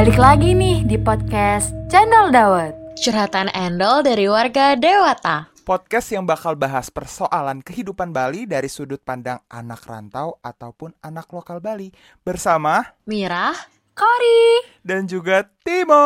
Balik lagi nih di podcast Channel Dawet. Curhatan Endol dari warga Dewata. Podcast yang bakal bahas persoalan kehidupan Bali dari sudut pandang anak rantau ataupun anak lokal Bali. Bersama Mirah, Kori dan juga Timo.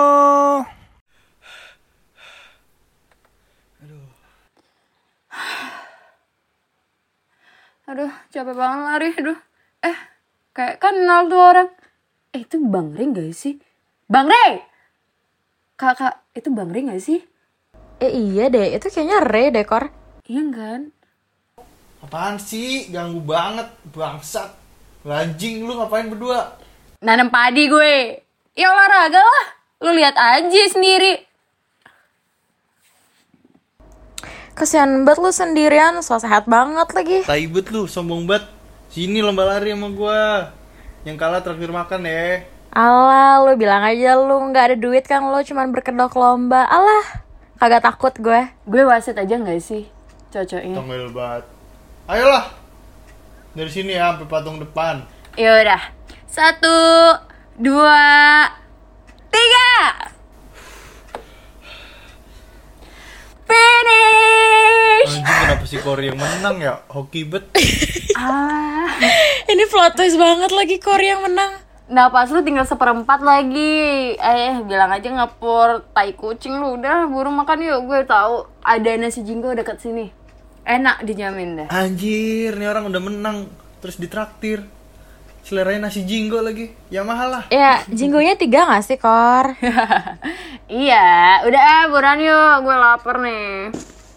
Aduh, capek banget lari. Kayak kenal tuh orang. Itu Bang Rey gak sih? Bang Rey! Kakak, itu Bang Rey gak sih? iya deh, itu kayaknya Re dekor. Iya kan? Apaan sih? Ganggu banget, bangsat. Anjing, lu ngapain berdua? Nanam padi gue. Ya olahraga lah. Lu lihat aja sendiri. Kasian banget lu sendirian, so sehat banget lagi. Taibet lu, sombong banget. Sini lomba lari sama gua. Yang kalah traktir makan ya. Alah, lu bilang aja lu gak ada duit kan, lu cuman berkedok lomba. Alah, kagak takut gue. Gue wasit aja gak sih? Cocoknya. Tongel banget. Ayolah. Dari sini ya, sampai patung depan. Yaudah. 1, 2, 3. Finish. Anjing, kenapa si Kori yang menang ya? Hoki bet. Ini plot twist banget lagi, Kori yang menang. Nah pas lu tinggal 1/4 lagi. Bilang aja ngepur tai kucing lu. Udah buru makan yuk. Gue tahu ada nasi jinggo dekat sini. Enak dijamin dah. Anjir, nih orang udah menang. Terus ditraktir. Seleranya nasi jinggo lagi. Ya mahal lah. Ya, jinggonya 3 gak sih, Kor? Iya, udah buruan yuk. Gue lapar nih.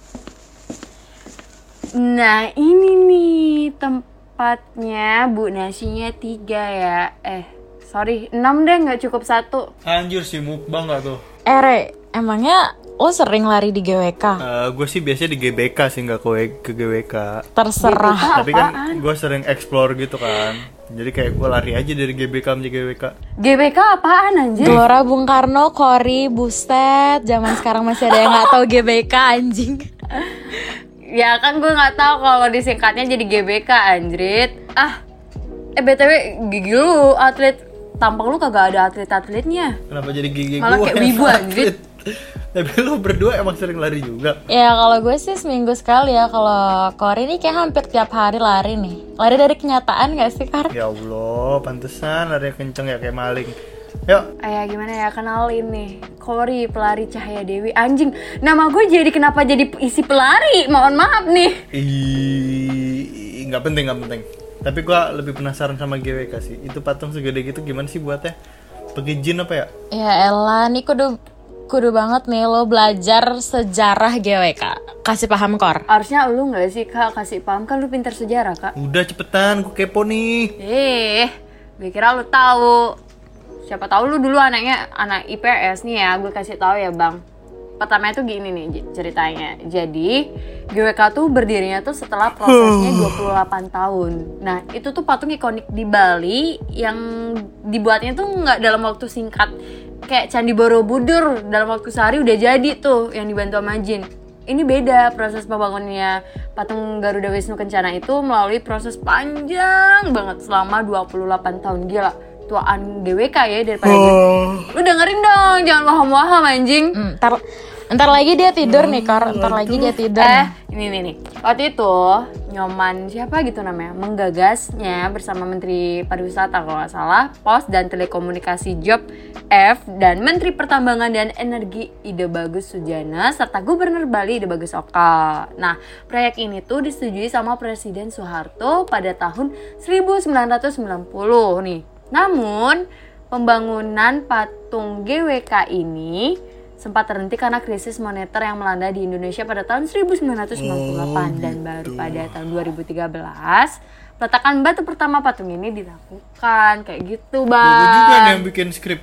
Nah ini nih tempatnya. Bu, nasinya 3 ya. Sorry, 6 deh, gak cukup 1. Anjir sih, mukbang gak tuh? Re, emangnya lo sering lari di GWK? Gue sih biasanya di GBK sih, gak ke GWK. Terserah. Tapi kan gue sering explore gitu kan. Jadi kayak gue lari aja dari GBK menuju GWK. GBK apaan anjir? Gelora Bung Karno, Kori, buset. Zaman sekarang masih ada yang gak tahu GBK, anjing. Ya kan gue gak tahu kalau disingkatnya jadi GBK anjrit. BTW gigi lu atlet. Tampang lu kagak ada atlet-atletnya. Kenapa jadi gigi gue? Malah kayak wibu anjrit. Tapi lu berdua emang sering lari juga? Ya kalau gue sih seminggu sekali ya. Kalau Kori ini kayak hampir tiap hari lari nih. Lari dari kenyataan gak sih, Kar? Ya Allah, pantesan lari kenceng ya kayak maling. Yuk. Gimana ya, kenalin nih Kori, pelari Cahaya Dewi. Anjing, nama gue jadi kenapa jadi isi pelari? Mohon maaf nih. Nggak penting. Tapi gue lebih penasaran sama GWK sih. Itu patung segede gitu gimana sih buatnya? Pakai jin apa ya? Ya elah, nih kudu banget nih lo belajar sejarah GWK. Kasih paham, Kor. Harusnya lu gak sih, Kak? Kasih paham, kan lu pintar sejarah, Kak. Udah cepetan, gue kepo nih. Gue kira lu tahu. Siapa tahu lu dulu anak IPS nih ya. Gue kasih tahu ya, Bang. Pertama itu gini nih ceritanya. Jadi GWK tuh berdirinya tuh setelah prosesnya 28 tahun. Nah itu tuh patung ikonik di Bali yang dibuatnya tuh nggak dalam waktu singkat. Kayak Candi Borobudur dalam waktu sehari udah jadi tuh yang dibantu sama Jin. Ini beda, proses pembangunannya patung Garuda Wisnu Kencana itu melalui proses panjang banget selama 28 tahun. Gila, tuaan GWK ya daripada Lu dengerin dong, jangan waham-waham anjing. Ntar lagi dia tidur nih, Kor. Ntar lagi dia tidur. Ini. Waktu itu Nyoman siapa gitu namanya menggagasnya bersama Menteri Pariwisata kalau nggak salah, Pos dan Telekomunikasi Job F dan Menteri Pertambangan dan Energi Ide Bagus Sujana serta Gubernur Bali Ide Bagus Oka. Nah, proyek ini tuh disetujui sama Presiden Soeharto pada tahun 1990 nih. Namun, pembangunan patung GWK ini sempat terhenti karena krisis moneter yang melanda di Indonesia pada tahun 1998 dan baru pada tahun 2013 peletakan batu pertama patung ini dilakukan kayak gitu, Bang. Gue juga nih yang bikin skrip.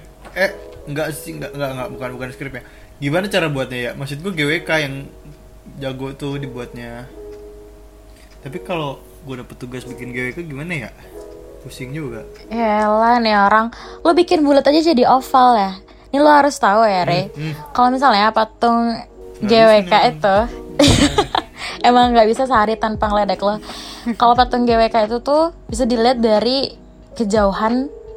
Bukan skripnya. Gimana cara buatnya ya? Maksud gue GWK yang jago tuh dibuatnya. Tapi kalau gue dapet tugas bikin GWK gimana ya? Pusing juga. Yalah nih orang, lo bikin bulat aja jadi oval ya. Ini lo harus tahu ya, Re. Kalau misalnya patung GWK itu emang nggak bisa sehari tanpa ngeledek lo. Kalau patung GWK itu tuh bisa dilihat dari kejauhan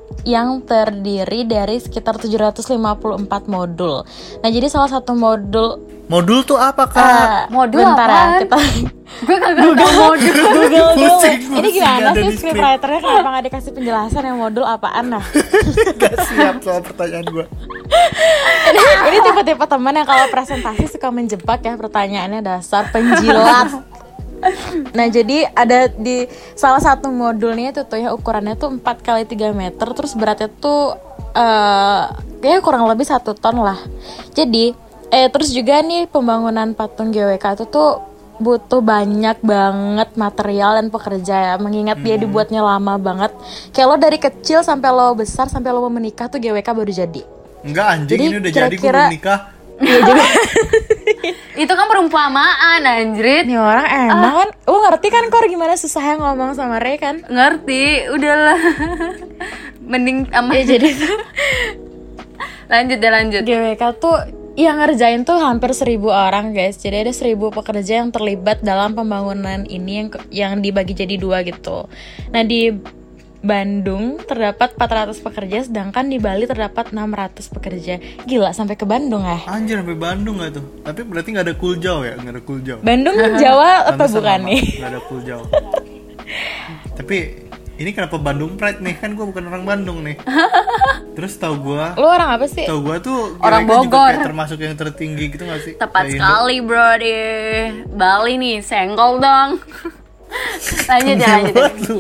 yang terdiri dari sekitar 754 modul. Nah, jadi salah satu modul Modul tuh apa, Kak? Modul bentar apaan? ya, kita Gue kagak tahu modul. Google dulu. Pusing, Ini gimana ada sih di scriptwriternya kenapa gak dikasih penjelasan yang modul apaan nah? Gak siap soal pertanyaan gue. Ini tipe-tipe teman yang kalau presentasi suka menjebak ya pertanyaannya, dasar penjilat. Nah, jadi ada di salah satu modulnya itu tuh ya, ukurannya tuh 4 x 3 meter, terus beratnya tuh kayaknya kurang lebih 1 ton lah. Jadi terus juga nih pembangunan patung GWK itu tuh butuh banyak banget material dan pekerja ya, mengingat dia dibuatnya lama banget. Kayak lo dari kecil sampai lo besar, sampai lo mau menikah tuh GWK baru jadi. Enggak, anjing, Jadi ini udah jadi gue kira-kira- belum nikah. Iya juga. Itu kan perumpamaan anjrit. Nih orang emang kan, lo ngerti kan Kor gimana susahnya ngomong sama Ray kan? Ngerti, udahlah. Mending Ya jadi tuh lanjut. GWK tuh yang ngerjain tuh hampir 1.000 orang guys. Jadi ada 1.000 pekerja yang terlibat dalam pembangunan ini yang dibagi jadi 2 gitu. Nah, di Bandung terdapat 400 pekerja, sedangkan di Bali terdapat 600 pekerja. Gila, sampai ke Bandung ya? Anjir, sampai Bandung gak tuh? Tapi berarti gak ada Kuljau ya? Gak ada Kuljau. Bandung Jawa atau Pantesan bukan lama, nih? Gak ada Kuljau. Tapi ini kenapa Bandung Pride nih? Kan gue bukan orang Bandung nih. Terus tau gue, Lu orang apa sih? tau gue tuh Orang GWK juga Bogor. kayak termasuk yang tertinggi gitu gak sih? Tepat Kayak Indo. sekali bro di Bali nih, senggol dong. Lanjut ya, lanjut. Buat lu.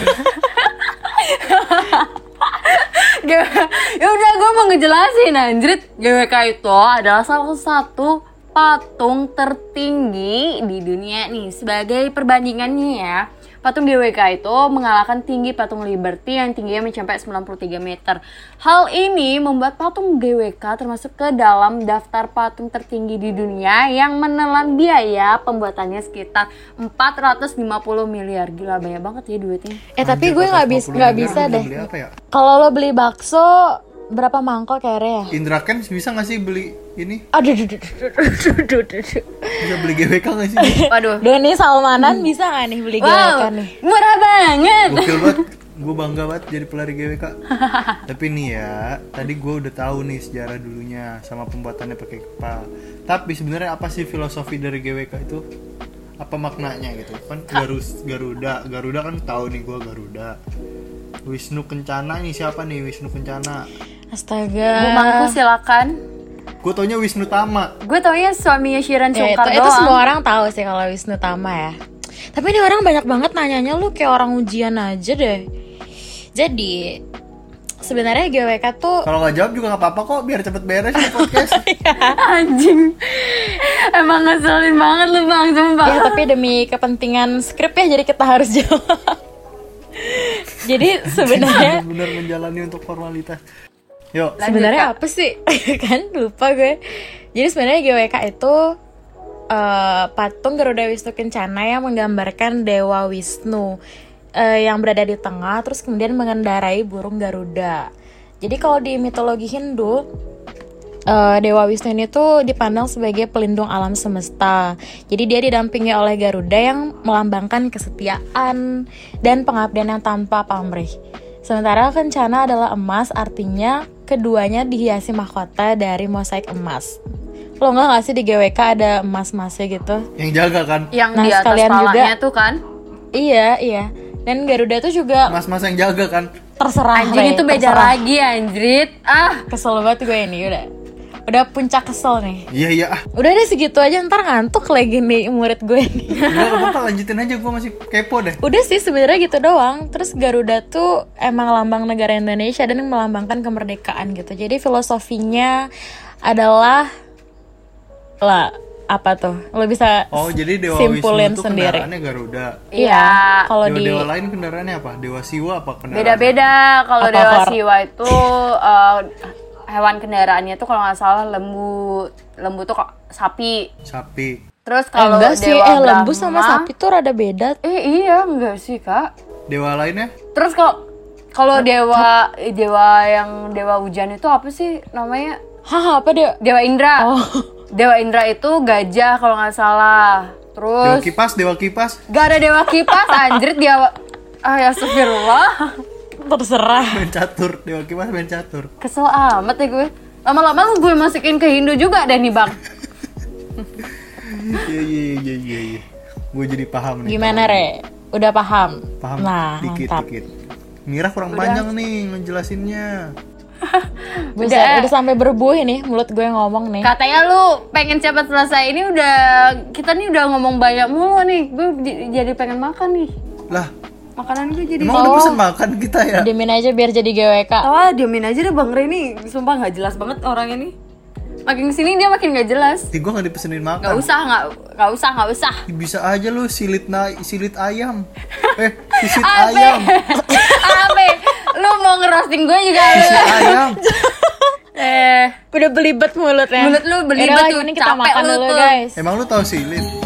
Ya udah, gue mau ngejelasin anjrit. GWK itu adalah salah satu patung tertinggi di dunia nih. Sebagai perbandingannya ya, patung GWK itu mengalahkan tinggi patung Liberty yang tingginya mencapai 93 meter. Hal ini membuat patung GWK termasuk ke dalam daftar patung tertinggi di dunia yang menelan biaya pembuatannya sekitar 450 miliar. Gila, banyak banget ya duitnya. Tapi gue nggak bisa deh. Beli apa ya? Kalau lo beli bakso berapa mangkok kayaknya ya? Indra Kens bisa gak sih beli ini? Aduh. Bisa beli GWK gak sih? Waduh. Doni Salmanan bisa gak nih beli GWK Wow, nih? murah banget. Gokil banget. Gue bangga banget jadi pelari GWK. Tapi nih ya, tadi gue udah tahu nih sejarah dulunya sama pembuatannya pakai kepal. Tapi sebenarnya apa sih filosofi dari GWK itu? Apa maknanya gitu? Kan Garuda kan tahu nih gue Garuda. Wisnu Kencana nih siapa nih Wisnu Kencana? Astaga. Bu Mangku silakan. Gue taunya Wisnu Tama. Gue taunya suaminya Shiran Ya, Sungkar itu doang. semua orang tahu sih kalau Wisnu Tama ya. Tapi ini orang banyak banget nanyanya, lu kayak orang ujian aja deh. Jadi sebenarnya GWK tuh Kalau nggak jawab juga nggak apa-apa kok, biar cepet beres ya podcast. Anjing. Emang ngeselin banget lu bang, sumpah. ya tapi demi kepentingan skrip ya jadi kita harus jawab. Jadi sebenarnya Bener menjalani untuk formalitas. Yuk. sebenarnya apa sih? Kan lupa gue. Jadi sebenarnya GWK itu patung Garuda Wisnu Kencana yang menggambarkan Dewa Wisnu yang berada di tengah, terus kemudian mengendarai burung Garuda. Jadi kalau di mitologi Hindu, Dewa Wisnu ini tuh dipandang sebagai pelindung alam semesta. Jadi dia didampingi oleh Garuda yang melambangkan kesetiaan dan pengabdian yang tanpa pamrih. Sementara Kencana adalah emas, artinya keduanya dihiasi mahkota dari mosaik emas. Lo nggak sih di GWK ada emas-emasnya gitu? Yang jaga kan? Yang Nah, di atas sekalian palanya juga- tuh kan. Iya. Dan Garuda tuh juga Mas-mas yang jaga kan? terserah. Anjing Rey, itu beda terserah. lagi anjrit. Ah, Kesel banget gue ini udah puncak kesel nih. Iya ah. Udah deh segitu aja, ntar ngantuk lagi nih murid gue nih. Enggak apa-apa, lanjutin aja, gue masih kepo deh. Udah sih sebenarnya gitu doang. Terus Garuda tuh emang lambang negara Indonesia dan melambangkan kemerdekaan gitu. Jadi filosofinya adalah apa tuh? Lo bisa Oh, jadi Dewa simpulin Wisnu tuh sendiri. kendaraannya Garuda. Iya. Kalau di Dewa-dewa lain kendaraannya apa? Dewa Siwa apa kendaraannya? beda-beda. Kalau Apa, Dewa Kor? Siwa itu hewan kendaraannya tuh kalau nggak salah lembu. Lembu tuh kok sapi. Sapi. Terus kalau enggak sih, Dewa lembu Brahma- sama sapi tuh rada beda. Iya enggak sih kak. Dewa lainnya? Terus kalau dewa yang dewa hujan itu apa sih namanya? Hah, apa dia? Dewa Indra. Oh. Dewa Indra itu gajah kalau nggak salah. Dewa Terus Kipas, Dewa Kipas. gak ada dewa kipas anjrit dia. Ya astagfirullah. Terserah. Main catur, Dewa Kipas main catur. Kesel amat ya gue. Lama-lama lu gue masukin ke Hindu juga deh nih bang. Iya. Gue jadi paham nih. Gimana Re? Udah paham? Paham Nah, dikit. mantap. Mira kurang panjang nih ngejelasinnya. Buset, udah sampai berbuih nih mulut gue ngomong nih. Katanya lu pengen cepat selesai, ini udah kita nih udah ngomong banyak mulu nih. Gue jadi pengen makan nih. Lah, Makanan gue jadi. emang udah pesen makan kita ya? Diemin aja biar jadi GWK. Tawa diemin aja deh Bang Reni. Sumpah nggak jelas banget orang ini. Makin kesini dia makin nggak jelas. Gue nggak dipesenin makan. Nggak usah. Bisa aja lu silit ayam. Sisit ayam. Ape, lu mau ngerosting gue juga lu. Sisit ayam. Udah belibet mulutnya. Mulut lu belibet Yaudah, tuh, ini kita capek makan lu dulu tuh. guys. Emang lu tahu silit?